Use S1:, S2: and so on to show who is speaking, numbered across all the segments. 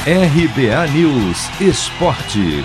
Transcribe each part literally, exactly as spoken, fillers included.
S1: R B A News Esporte.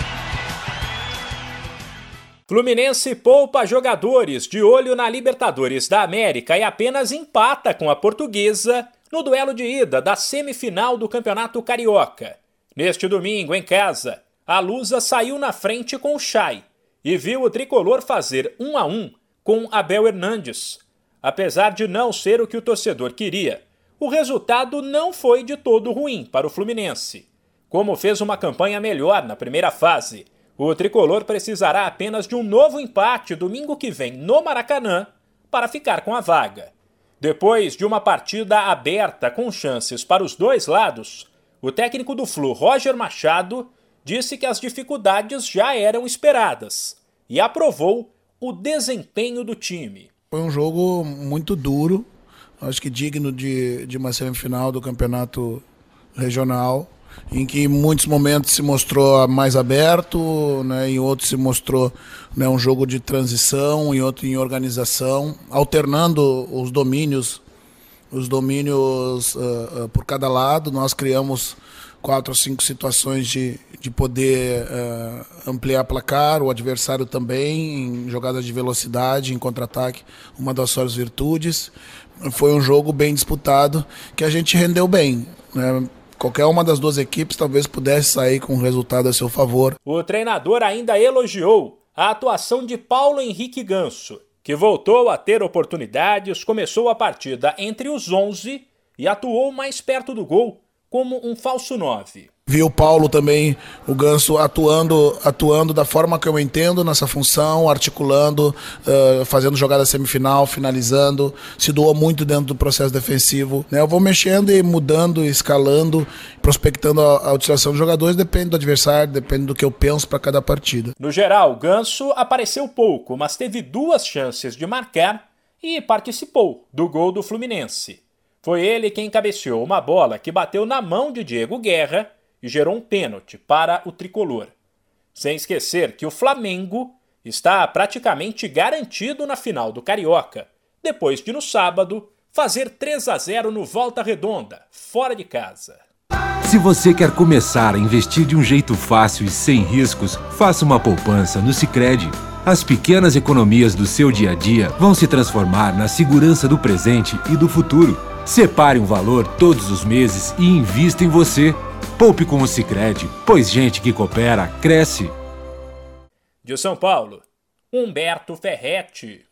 S2: Fluminense poupa jogadores de olho na Libertadores da América e apenas empata com a Portuguesa no duelo de ida da semifinal do Campeonato Carioca. Neste domingo, em casa, a Lusa saiu na frente com o Chay e viu o tricolor fazer um a um com Abel Hernandes. Apesar de não ser o que o torcedor queria, o resultado não foi de todo ruim para o Fluminense. Como fez uma campanha melhor na primeira fase, o tricolor precisará apenas de um novo empate domingo que vem no Maracanã para ficar com a vaga. Depois de uma partida aberta com chances para os dois lados, o técnico do Flu, Roger Machado, disse que as dificuldades já eram esperadas e aprovou o desempenho do time.
S3: Foi um jogo muito duro, acho que digno de, de uma semifinal do campeonato regional, em que em muitos momentos se mostrou mais aberto, né, em outros se mostrou, né, um jogo de transição, em outro em organização, alternando os domínios, os domínios uh, uh, por cada lado. Nós criamos quatro ou cinco situações de, de poder uh, ampliar placar, o adversário também, em jogadas de velocidade, em contra-ataque, uma das suas virtudes. Foi um jogo bem disputado, que a gente rendeu bem, né? Qualquer uma das duas equipes talvez pudesse sair com um resultado a seu favor.
S2: O treinador ainda elogiou a atuação de Paulo Henrique Ganso, que voltou a ter oportunidades, começou a partida entre os onze e atuou mais perto do gol, como um falso nove.
S3: Vi o Paulo também, o Ganso, atuando, atuando da forma que eu entendo nessa função, articulando, uh, fazendo jogada semifinal, finalizando, se doou muito dentro do processo defensivo. Né? Eu vou mexendo e mudando, escalando, prospectando a, a utilização dos jogadores, depende do adversário, depende do que eu penso para cada partida.
S2: No geral, o Ganso apareceu pouco, mas teve duas chances de marcar e participou do gol do Fluminense. Foi ele quem cabeceou uma bola que bateu na mão de Diego Guerra e gerou um pênalti para o tricolor. Sem esquecer que o Flamengo está praticamente garantido na final do Carioca, depois de no sábado fazer três a zero no Volta Redonda, fora de casa.
S1: Se você quer começar a investir de um jeito fácil e sem riscos, faça uma poupança no Sicredi. As pequenas economias do seu dia a dia vão se transformar na segurança do presente e do futuro. Separe um valor todos os meses e invista em você. Poupe com o Sicredi, pois gente que coopera, cresce.
S2: De São Paulo, Humberto Ferretti.